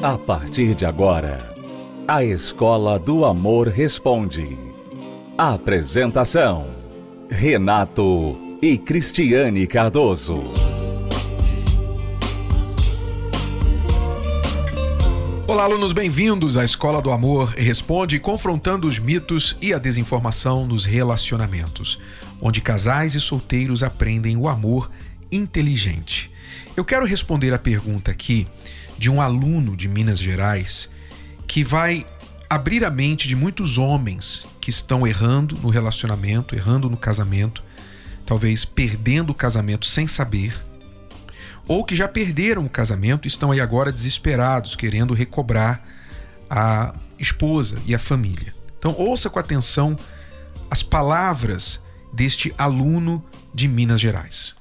A partir de agora, a Escola do Amor Responde. Apresentação: Renato e Cristiane Cardoso. Olá, alunos, bem-vindos à Escola do Amor Responde, confrontando os mitos e a desinformação nos relacionamentos, onde casais e solteiros aprendem o amor inteligente. Eu quero responder a pergunta aqui de um aluno de Minas Gerais que vai abrir a mente de muitos homens que estão errando no relacionamento, errando no casamento, talvez perdendo o casamento sem saber, ou que já perderam o casamento e estão aí agora desesperados, querendo recobrar a esposa e a família. Então ouça com atenção as palavras deste aluno de Minas Gerais.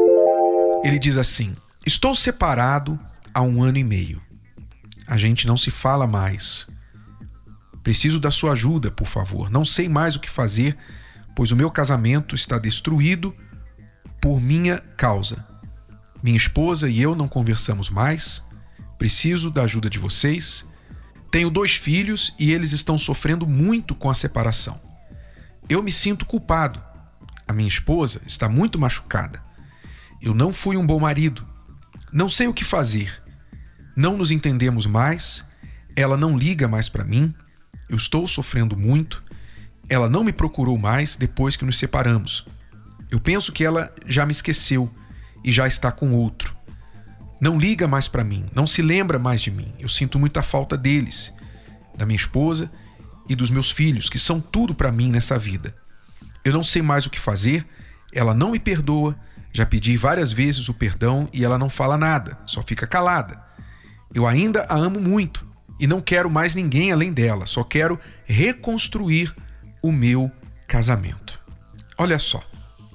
Ele diz assim: estou separado há 1 ano e meio. A gente não se fala mais. Preciso da sua ajuda, por favor. Não sei mais o que fazer, pois o meu casamento está destruído por minha causa. Minha esposa e eu não conversamos mais. Preciso da ajuda de vocês. Tenho 2 filhos e eles estão sofrendo muito com a separação. Eu me sinto culpado. A minha esposa está muito machucada. Eu não fui um bom marido. Não sei o que fazer. Não nos entendemos mais. Ela não liga mais para mim. Eu estou sofrendo muito. Ela não me procurou mais depois que nos separamos. Eu penso que ela já me esqueceu e já está com outro. Não liga mais para mim. Não se lembra mais de mim. Eu sinto muita falta deles, da minha esposa e dos meus filhos, que são tudo para mim nessa vida. Eu não sei mais o que fazer. Ela não me perdoa. Já pedi várias vezes o perdão e ela não fala nada, só fica calada. Eu ainda a amo muito e não quero mais ninguém além dela, só quero reconstruir o meu casamento. Olha só,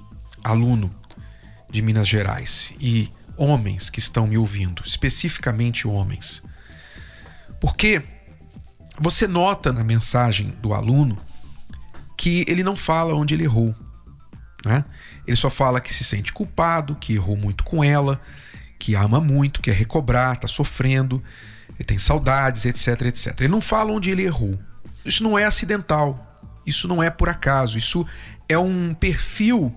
aluno de Minas Gerais e homens que estão me ouvindo, especificamente homens. Porque você nota na mensagem do aluno que ele não fala onde ele errou. Né? Ele só fala que se sente culpado, que errou muito com ela, que ama muito, quer recobrar, está sofrendo, ele tem saudades, etc, etc. Ele não fala onde ele errou. Isso não é acidental, isso não é por acaso, isso é um perfil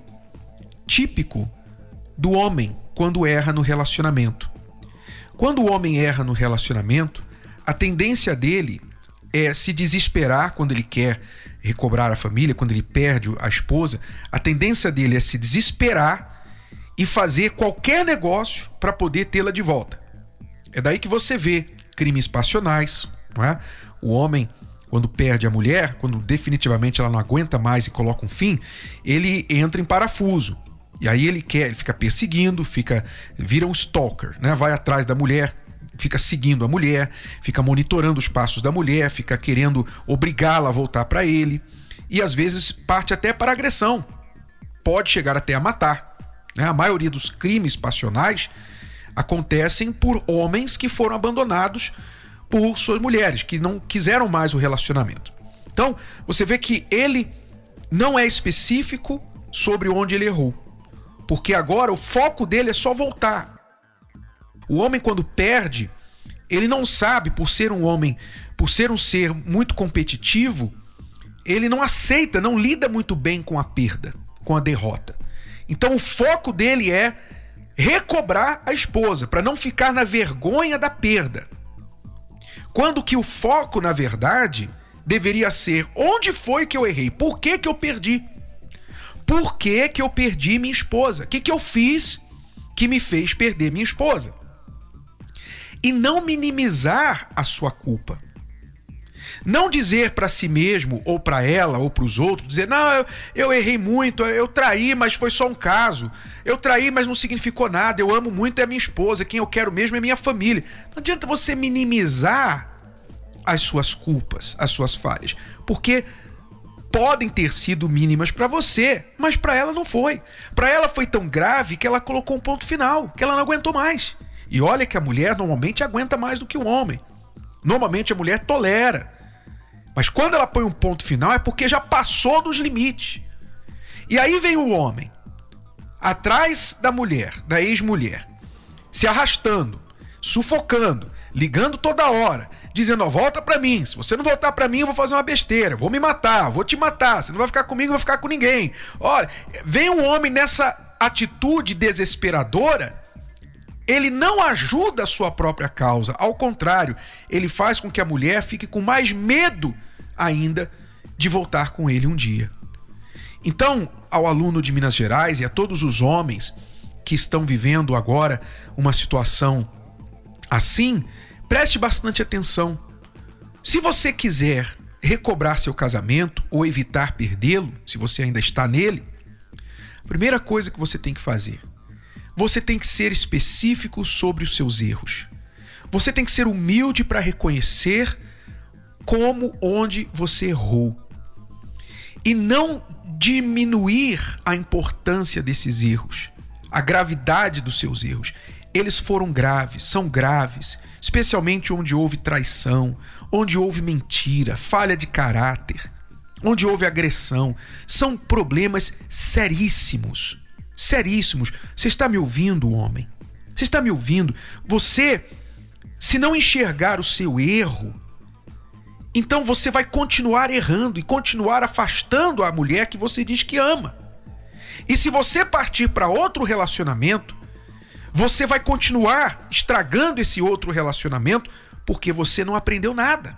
típico do homem quando erra no relacionamento. Quando o homem erra no relacionamento, a tendência dele é se desesperar quando ele quer recobrar a família, quando ele perde a esposa. A tendência dele é se desesperar e fazer qualquer negócio para poder tê-la de volta. É daí que você vê crimes passionais, não é? O homem, quando perde a mulher, quando definitivamente ela não aguenta mais e coloca um fim, ele entra em parafuso. E aí ele fica perseguindo, vira um stalker, né? Vai atrás da mulher, fica seguindo a mulher, fica monitorando os passos da mulher, fica querendo obrigá-la a voltar para ele e às vezes parte até para agressão, pode chegar até a matar. Né? A maioria dos crimes passionais acontecem por homens que foram abandonados por suas mulheres, que não quiseram mais o relacionamento. Então, você vê que ele não é específico sobre onde ele errou, porque agora o foco dele é só voltar. O homem, quando perde, ele não sabe, por ser um homem, por ser um ser muito competitivo, ele não aceita, não lida muito bem com a perda, com a derrota. Então o foco dele é recobrar a esposa, para não ficar na vergonha da perda. Quando que o foco, na verdade, deveria ser: onde foi que eu errei? Por que que eu perdi? Por que que eu perdi minha esposa? O que eu fiz que me fez perder minha esposa? E não minimizar a sua culpa. Não dizer para si mesmo, ou para ela, ou para os outros, dizer: não, eu errei muito, eu traí, mas foi só um caso. Eu traí, mas não significou nada, eu amo muito é a minha esposa, quem eu quero mesmo é minha família. Não adianta você minimizar as suas culpas, as suas falhas, porque podem ter sido mínimas para você, mas para ela não foi. Para ela foi tão grave que ela colocou um ponto final, que ela não aguentou mais. E olha que a mulher normalmente aguenta mais do que o homem. Normalmente a mulher tolera. Mas quando ela põe um ponto final é porque já passou dos limites. E aí vem o homem, atrás da mulher, da ex-mulher, se arrastando, sufocando, ligando toda hora, dizendo, volta pra mim, se você não voltar pra mim eu vou fazer uma besteira, vou me matar, vou te matar, você não vai ficar comigo, não vai ficar com ninguém. Olha, vem um homem nessa atitude desesperadora, ele não ajuda a sua própria causa, ao contrário, ele faz com que a mulher fique com mais medo ainda de voltar com ele um dia. Então, ao aluno de Minas Gerais e a todos os homens que estão vivendo agora uma situação assim, preste bastante atenção. Se você quiser recobrar seu casamento ou evitar perdê-lo, se você ainda está nele, a primeira coisa que você tem que fazer, você tem que ser específico sobre os seus erros. Você tem que ser humilde para reconhecer onde você errou. E não diminuir a importância desses erros, a gravidade dos seus erros. Eles foram graves, são graves, especialmente onde houve traição, onde houve mentira, falha de caráter, onde houve agressão. São problemas seríssimos, seríssimos. Você está me ouvindo, homem? Você está me ouvindo? Você, se não enxergar o seu erro, então você vai continuar errando e continuar afastando a mulher que você diz que ama. E se você partir para outro relacionamento, você vai continuar estragando esse outro relacionamento porque você não aprendeu nada.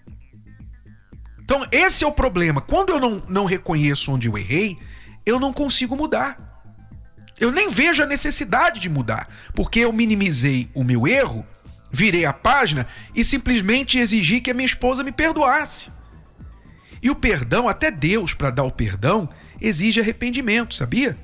Então esse é o problema. Quando eu não reconheço onde eu errei, eu não consigo mudar. Eu nem vejo a necessidade de mudar, porque eu minimizei o meu erro, virei a página e simplesmente exigi que a minha esposa me perdoasse. E o perdão, até Deus, para dar o perdão, exige arrependimento, sabia?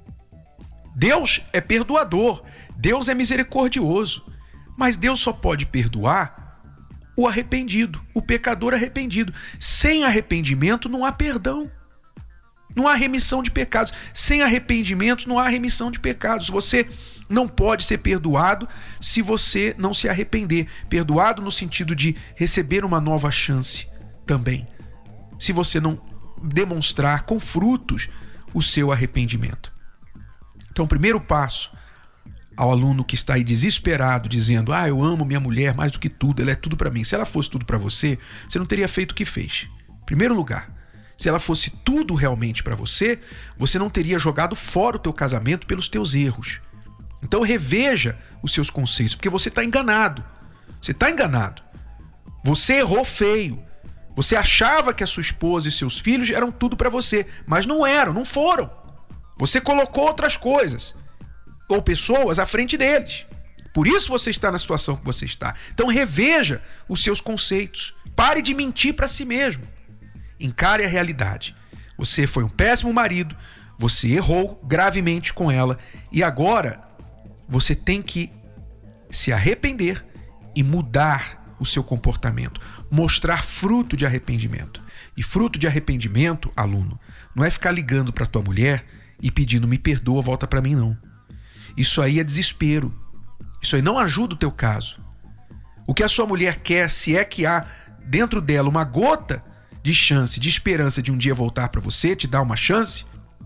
Deus é perdoador, Deus é misericordioso, mas Deus só pode perdoar o arrependido, o pecador arrependido. Sem arrependimento não há perdão. Não há remissão de pecados. Sem arrependimento não há remissão de pecados. Você não pode ser perdoado se você não se arrepender. Perdoado no sentido de receber uma nova chance também, se você não demonstrar com frutos o seu arrependimento. Então, o primeiro passo ao aluno que está aí desesperado, dizendo, eu amo minha mulher mais do que tudo, ela é tudo para mim. Se ela fosse tudo para você, você não teria feito o que fez. Em primeiro lugar, se ela fosse tudo realmente para você, você não teria jogado fora o teu casamento pelos teus erros. Então reveja os seus conceitos, porque você está enganado. Você está enganado. Você errou feio. Você achava que a sua esposa e seus filhos eram tudo para você, mas não eram, não foram. Você colocou outras coisas ou pessoas à frente deles. Por isso você está na situação que você está. Então reveja os seus conceitos. Pare de mentir para si mesmo. Encare a realidade. Você foi um péssimo marido, você errou gravemente com ela e agora você tem que se arrepender e mudar o seu comportamento, mostrar fruto de arrependimento. E fruto de arrependimento, aluno, não é ficar ligando para tua mulher e pedindo me perdoa, volta para mim, não. Isso aí é desespero. Isso aí não ajuda o teu caso. O que a sua mulher quer, se é que há dentro dela uma gota de chance, de esperança de um dia voltar para você, te dar uma chance,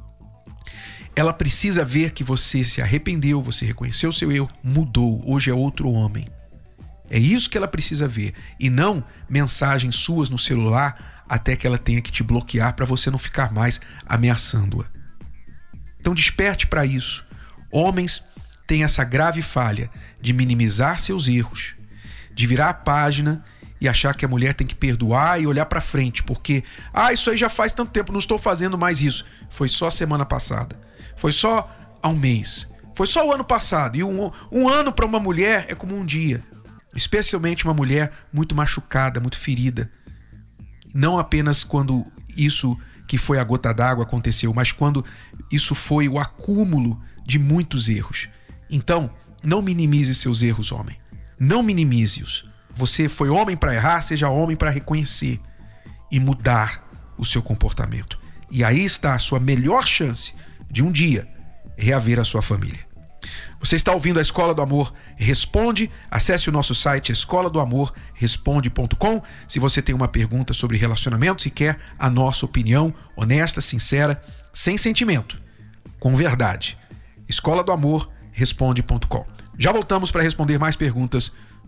ela precisa ver que você se arrependeu, você reconheceu o seu erro, mudou, hoje é outro homem. É isso que ela precisa ver, e não mensagens suas no celular até que ela tenha que te bloquear para você não ficar mais ameaçando-a. Então desperte para isso. Homens têm essa grave falha de minimizar seus erros, de virar a página e achar que a mulher tem que perdoar e olhar para frente, porque isso aí já faz tanto tempo, não estou fazendo mais isso. Foi só semana passada, foi só há um mês, foi só o ano passado. E um ano para uma mulher é como um dia, especialmente uma mulher muito machucada, muito ferida. Não apenas quando isso que foi a gota d'água aconteceu, mas quando isso foi o acúmulo de muitos erros. Então, não minimize seus erros, homem. Não minimize-os. Você foi homem para errar, seja homem para reconhecer e mudar o seu comportamento. E aí está a sua melhor chance de um dia reaver a sua família. Você está ouvindo a Escola do Amor Responde. Acesse o nosso site escoladoamorresponde.com. Se você tem uma pergunta sobre relacionamentos e quer a nossa opinião honesta, sincera, sem sentimento, com verdade. escoladoamorresponde.com. Já voltamos para responder mais perguntas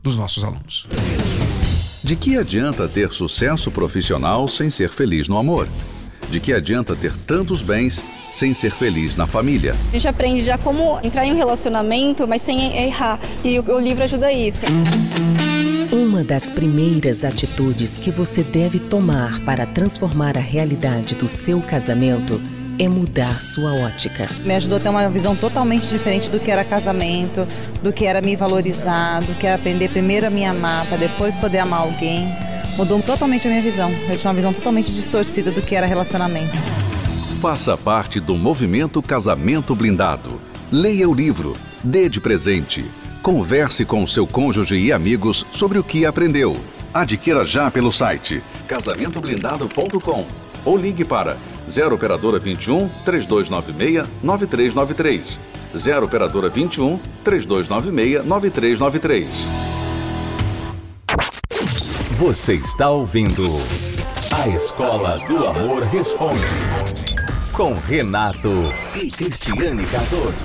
dos nossos alunos. De que adianta ter sucesso profissional sem ser feliz no amor? De que adianta ter tantos bens sem ser feliz na família? A gente aprende já como entrar em um relacionamento, mas sem errar. E o livro ajuda isso. Uma das primeiras atitudes que você deve tomar para transformar a realidade do seu casamento é mudar sua ótica. Me ajudou a ter uma visão totalmente diferente do que era casamento, do que era me valorizar, do que era aprender primeiro a me amar, para depois poder amar alguém. Mudou totalmente a minha visão. Eu tinha uma visão totalmente distorcida do que era relacionamento. Faça parte do movimento Casamento Blindado. Leia o livro, dê de presente. Converse com o seu cônjuge e amigos sobre o que aprendeu. Adquira já pelo site casamentoblindado.com ou ligue para 0 operadora 21 3296 9393. 0 operadora 21 3296 9393. Você está ouvindo A Escola do Amor Responde, com Renato e Cristiane Cardoso.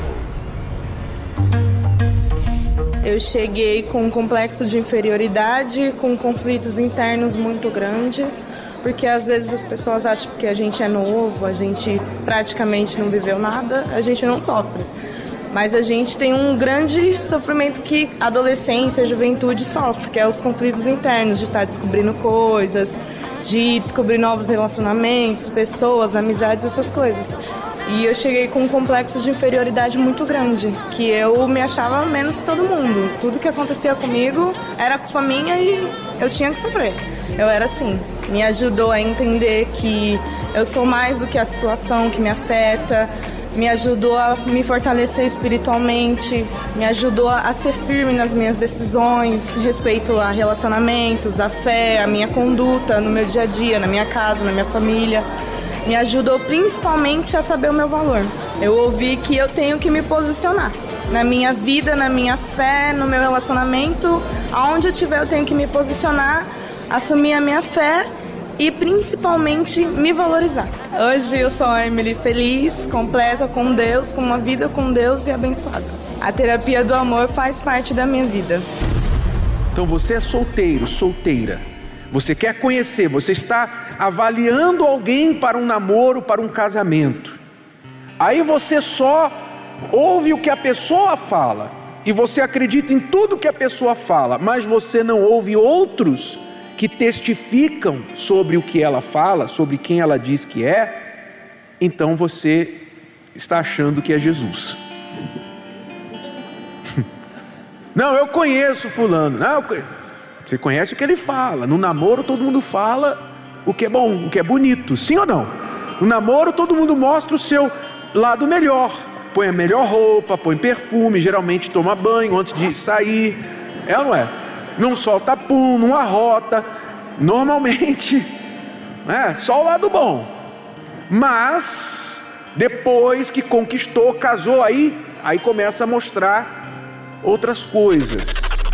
Eu cheguei com um complexo de inferioridade, com conflitos internos muito grandes, porque às vezes as pessoas acham que a gente é novo, a gente praticamente não viveu nada, a gente não sofre. Mas a gente tem um grande sofrimento que a adolescência, a juventude sofre, que é os conflitos internos, de estar descobrindo coisas, de descobrir novos relacionamentos, pessoas, amizades, essas coisas. E eu cheguei com um complexo de inferioridade muito grande, que eu me achava menos que todo mundo. Tudo que acontecia comigo era culpa minha e eu tinha que sofrer. Eu era assim. Me ajudou a entender que eu sou mais do que a situação que me afeta, me ajudou a me fortalecer espiritualmente, me ajudou a ser firme nas minhas decisões, respeito a relacionamentos, a fé, a minha conduta no meu dia a dia, na minha casa, na minha família. Me ajudou principalmente a saber o meu valor. Eu ouvi que eu tenho que me posicionar na minha vida, na minha fé, no meu relacionamento. Aonde eu estiver, eu tenho que me posicionar, assumir a minha fé e principalmente me valorizar. Hoje eu sou a Emily feliz, completa com Deus, com uma vida com Deus e abençoada. A terapia do amor faz parte da minha vida. Então você é solteiro, solteira. Você quer conhecer, você está avaliando alguém para um namoro, para um casamento. Aí você só ouve o que a pessoa fala e você acredita em tudo que a pessoa fala, mas você não ouve outros que testificam sobre o que ela fala, sobre quem ela diz que é. Então você está achando que é Jesus. Não, eu conheço fulano. Não, você conhece o que ele fala. No namoro todo mundo fala o que é bom, o que é bonito. Sim ou não? No namoro todo mundo mostra o seu lado melhor. Põe a melhor roupa, põe perfume, geralmente toma banho antes de sair. É ou não é? Não solta pum, não arrota. Normalmente, só o lado bom. Mas, depois que conquistou, casou, aí começa a mostrar outras coisas.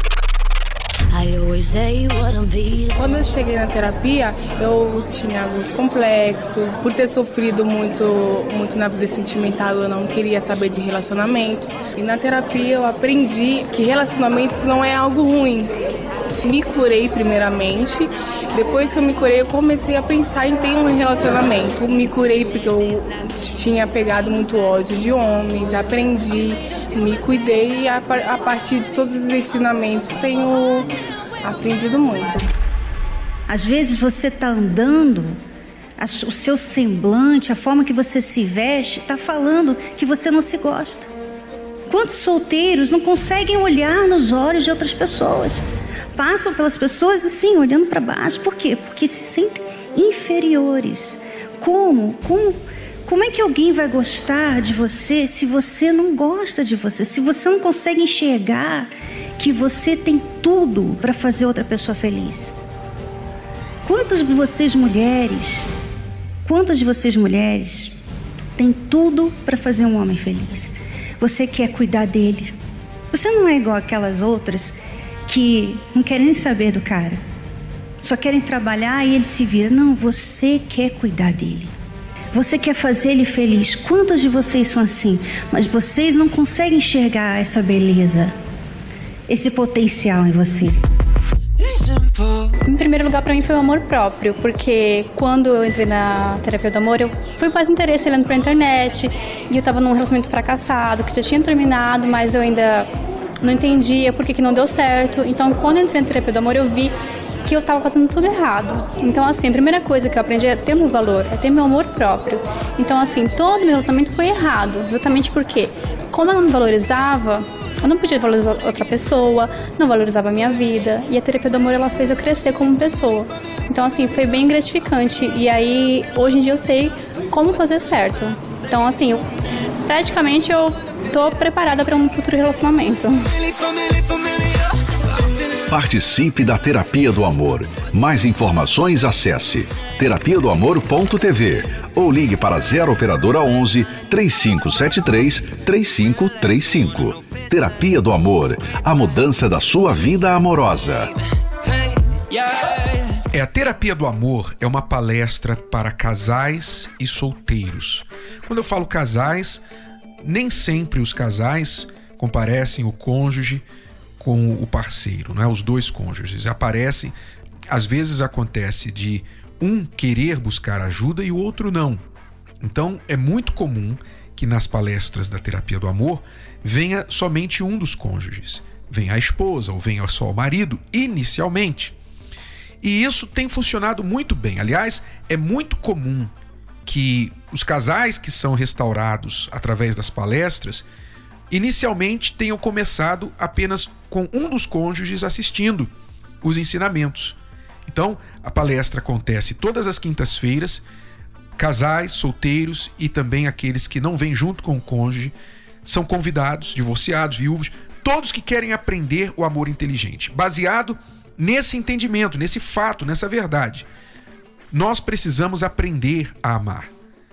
Quando eu cheguei na terapia, eu tinha alguns complexos. Por ter sofrido muito na vida sentimental, eu não queria saber de relacionamentos. E na terapia eu aprendi que relacionamentos não é algo ruim. Me curei primeiramente. Depois que eu me curei, eu comecei a pensar em ter um relacionamento. Me curei porque eu tinha pegado muito ódio de homens. Aprendi, me cuidei e a partir de todos os ensinamentos tenho aprendido muito. Às vezes você está andando, o seu semblante, a forma que você se veste, está falando que você não se gosta. Quantos solteiros não conseguem olhar nos olhos de outras pessoas? Passam pelas pessoas assim, olhando para baixo. Por quê? Porque se sentem inferiores. Como é que alguém vai gostar de você se você não gosta de você? Se você não consegue enxergar que você tem tudo para fazer outra pessoa feliz? Quantas de vocês mulheres têm tudo para fazer um homem feliz? Você quer cuidar dele. Você não é igual aquelas outras que não querem nem saber do cara. Só querem trabalhar e ele se vira. Não, você quer cuidar dele. Você quer fazer ele feliz. Quantas de vocês são assim? Mas vocês não conseguem enxergar essa beleza. esse potencial em você? Em primeiro lugar, pra mim, foi o amor próprio, porque quando eu entrei na terapia do amor, eu fui com mais interesse olhando pra internet, e eu tava num relacionamento fracassado, que já tinha terminado, mas eu ainda não entendia por que não deu certo. Então, quando eu entrei na terapia do amor, eu vi que eu tava fazendo tudo errado. Então, assim, a primeira coisa que eu aprendi é ter meu valor, é ter meu amor próprio. Então, assim, todo meu relacionamento foi errado, justamente porque, como eu não me valorizava, eu não podia valorizar outra pessoa, não valorizava a minha vida. E a terapia do amor, ela fez eu crescer como pessoa. Então, assim, foi bem gratificante. E aí, hoje em dia, eu sei como fazer certo. Então, assim, praticamente eu tô preparada para um futuro relacionamento. Participe da Terapia do Amor. Mais informações, acesse terapiadoamor.tv ou ligue para 0 Operadora 11 3573 3535. Terapia do Amor, a mudança da sua vida amorosa. A Terapia do Amor é uma palestra para casais e solteiros. Quando eu falo casais, nem sempre os casais comparecem o cônjuge com o parceiro, não é? Os dois cônjuges aparecem. Às vezes acontece de um querer buscar ajuda e o outro não. Então é muito comum que nas palestras da Terapia do Amor venha somente um dos cônjuges, venha a esposa ou venha só o marido, inicialmente. E isso tem funcionado muito bem. Aliás, é muito comum que os casais que são restaurados através das palestras inicialmente tenham começado apenas com um dos cônjuges assistindo os ensinamentos. Então, a palestra acontece todas as quintas-feiras. Casais, solteiros e também aqueles que não vêm junto com o cônjuge são convidados, divorciados, viúvos, todos que querem aprender o amor inteligente, baseado nesse entendimento, nesse fato, nessa verdade. Nós precisamos aprender a amar.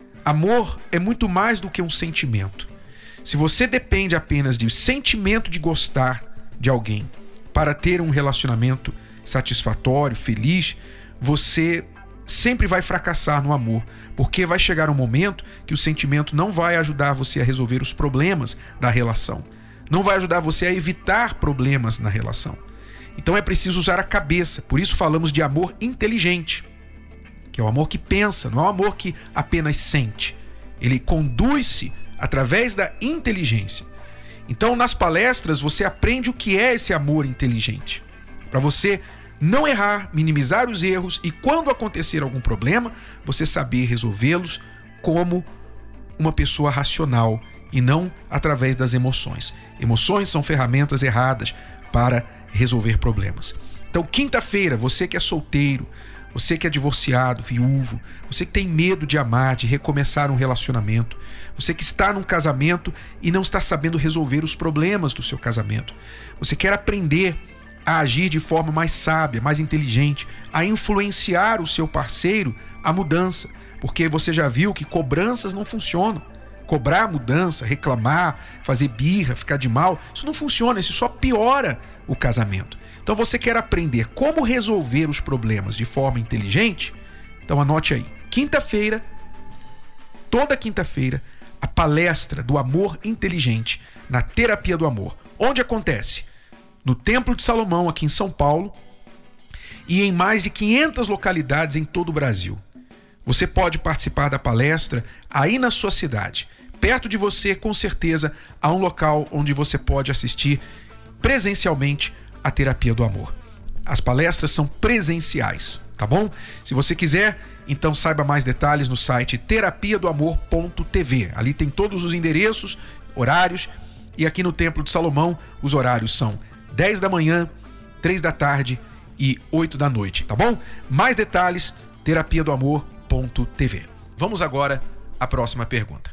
Amor é muito mais do que um sentimento. Se você depende apenas de sentimento de gostar de alguém para ter um relacionamento satisfatório, feliz, você sempre vai fracassar no amor, porque vai chegar um momento que o sentimento não vai ajudar você a resolver os problemas da relação, não vai ajudar você a evitar problemas na relação. Então é preciso usar a cabeça, por isso falamos de amor inteligente, que é o amor que pensa, não é o amor que apenas sente. Ele conduz-se através da inteligência. Então, nas palestras, você aprende o que é esse amor inteligente, para você não errar, minimizar os erros e, quando acontecer algum problema, você saber resolvê-los como uma pessoa racional e não através das emoções. Emoções são ferramentas erradas para resolver problemas. Então, quinta-feira, você que é solteiro, você que é divorciado, viúvo, você que tem medo de amar, de recomeçar um relacionamento, você que está num casamento e não está sabendo resolver os problemas do seu casamento, você quer aprender a agir de forma mais sábia, mais inteligente, a influenciar o seu parceiro à mudança, porque você já viu que cobranças não funcionam. Cobrar mudança, reclamar, fazer birra, ficar de mal, isso não funciona, isso só piora o casamento. Então você quer aprender como resolver os problemas de forma inteligente? Então anote aí, quinta-feira, toda quinta-feira, a palestra do amor inteligente na Terapia do Amor. Onde acontece? No Templo de Salomão, aqui em São Paulo, e em mais de 500 localidades em todo o Brasil. Você pode participar da palestra aí na sua cidade. Perto de você, com certeza, há um local onde você pode assistir presencialmente a Terapia do Amor. As palestras são presenciais, tá bom? Se você quiser, então saiba mais detalhes no site terapiadoamor.tv. Ali tem todos os endereços, horários, e aqui no Templo de Salomão os horários são 10 da manhã, 3 da tarde e 8 da noite, tá bom? Mais detalhes, terapiadoamor.tv. Vamos agora à próxima pergunta.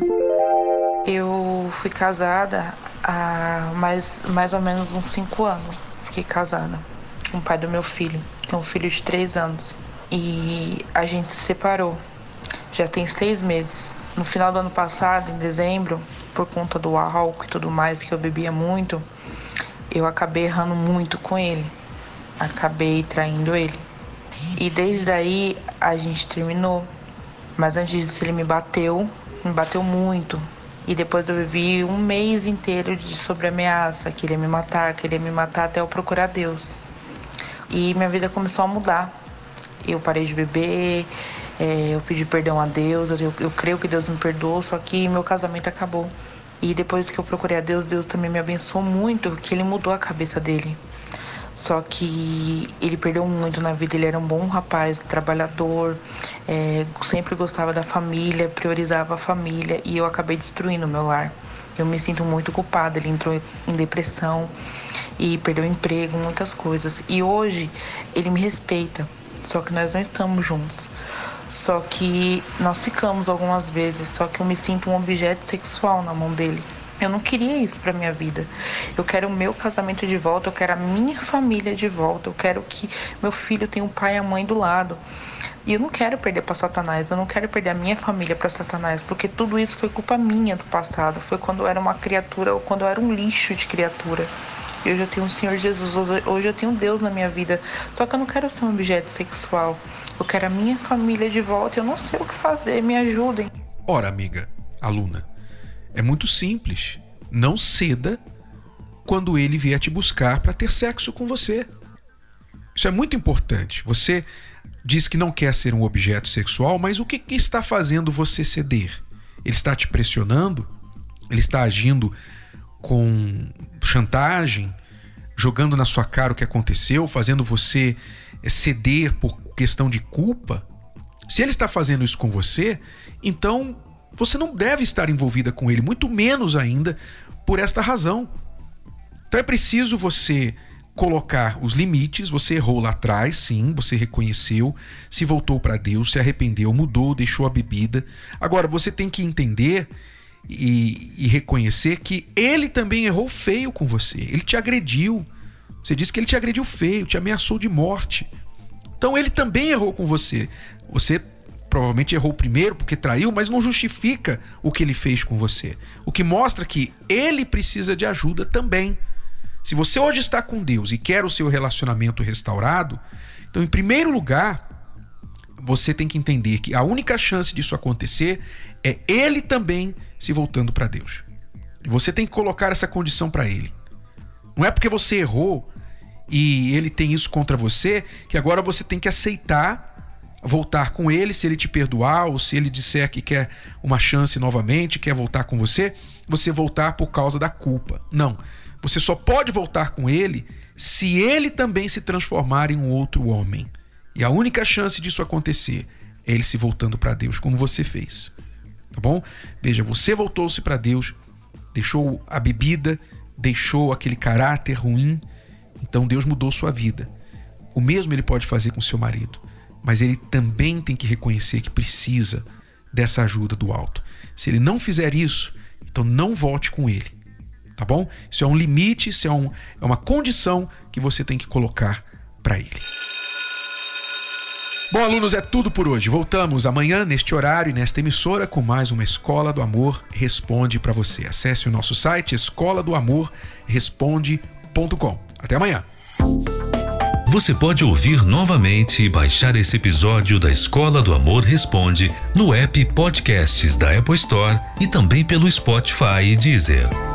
Eu fui casada há mais ou menos uns 5 anos. Fiquei casada com o pai do meu filho. Tenho um filho de 3 anos. E a gente se separou. Já tem 6 meses. No final do ano passado, em dezembro, por conta do álcool e tudo mais, que eu bebia muito, eu acabei errando muito com ele. Acabei traindo ele. E desde aí a gente terminou. Mas antes disso ele me bateu muito. E depois eu vivi um mês inteiro sobre ameaça, que ele ia me matar até eu procurar Deus. E minha vida começou a mudar. Eu parei de beber, eu pedi perdão a Deus, eu creio que Deus me perdoou, só que meu casamento acabou. E depois que eu procurei a Deus, Deus também me abençoou muito, porque Ele mudou a cabeça dele. Só que ele perdeu muito na vida, ele era um bom rapaz, trabalhador, sempre gostava da família, priorizava a família, e eu acabei destruindo o meu lar. Eu me sinto muito culpada, ele entrou em depressão e perdeu o emprego, muitas coisas. E hoje ele me respeita, só que nós não estamos juntos. Só que nós ficamos algumas vezes, só que eu me sinto um objeto sexual na mão dele. Eu não queria isso pra minha vida. Eu quero o meu casamento de volta, eu quero a minha família de volta, eu quero que meu filho tenha um pai e a mãe do lado. E eu não quero perder para Satanás, eu não quero perder a minha família para Satanás, porque tudo isso foi culpa minha do passado. Foi quando eu era uma criatura, ou quando eu era um lixo de criatura. E hoje eu tenho o Senhor Jesus, hoje eu tenho Deus na minha vida. Só que eu não quero ser um objeto sexual. Eu quero a minha família de volta, eu não sei o que fazer, me ajudem. Ora, amiga, aluna, é muito simples. Não ceda quando ele vier te buscar para ter sexo com você. Isso é muito importante. Você diz que não quer ser um objeto sexual, mas o que está fazendo você ceder? Ele está te pressionando? Ele está agindo com chantagem? Jogando na sua cara o que aconteceu? Fazendo você ceder por questão de culpa? Se ele está fazendo isso com você, então você não deve estar envolvida com ele, muito menos ainda por esta razão. Então é preciso você colocar os limites. Você errou lá atrás, sim, você reconheceu, se voltou para Deus, se arrependeu, mudou, deixou a bebida. Agora você tem que entender e reconhecer que ele também errou feio com você. Ele te agrediu. Você disse que ele te agrediu feio, te ameaçou de morte. Então ele também errou com você. Você provavelmente errou primeiro porque traiu, mas não justifica o que ele fez com você. O que mostra que ele precisa de ajuda também. Se você hoje está com Deus e quer o seu relacionamento restaurado, então, em primeiro lugar, você tem que entender que a única chance disso acontecer é ele também se voltando para Deus. E você tem que colocar essa condição para ele. Não é porque você errou e ele tem isso contra você que agora você tem que aceitar voltar com ele, se ele te perdoar ou se ele disser que quer uma chance novamente, quer voltar com você voltar por causa da culpa. Não. Você só pode voltar com ele se ele também se transformar em um outro homem. E a única chance disso acontecer é ele se voltando para Deus, como você fez. Tá bom? Veja, você voltou-se para Deus, deixou a bebida, deixou aquele caráter ruim, então Deus mudou sua vida. O mesmo ele pode fazer com seu marido, mas ele também tem que reconhecer que precisa dessa ajuda do alto. Se ele não fizer isso, então não volte com ele. Tá bom? Isso é um limite, isso é uma condição que você tem que colocar para ele. Bom, alunos, é tudo por hoje. Voltamos amanhã, neste horário e nesta emissora, com mais uma Escola do Amor Responde para você. Acesse o nosso site escoladoamorresponde.com. Até amanhã. Você pode ouvir novamente e baixar esse episódio da Escola do Amor Responde no app Podcasts da Apple Store e também pelo Spotify e Deezer.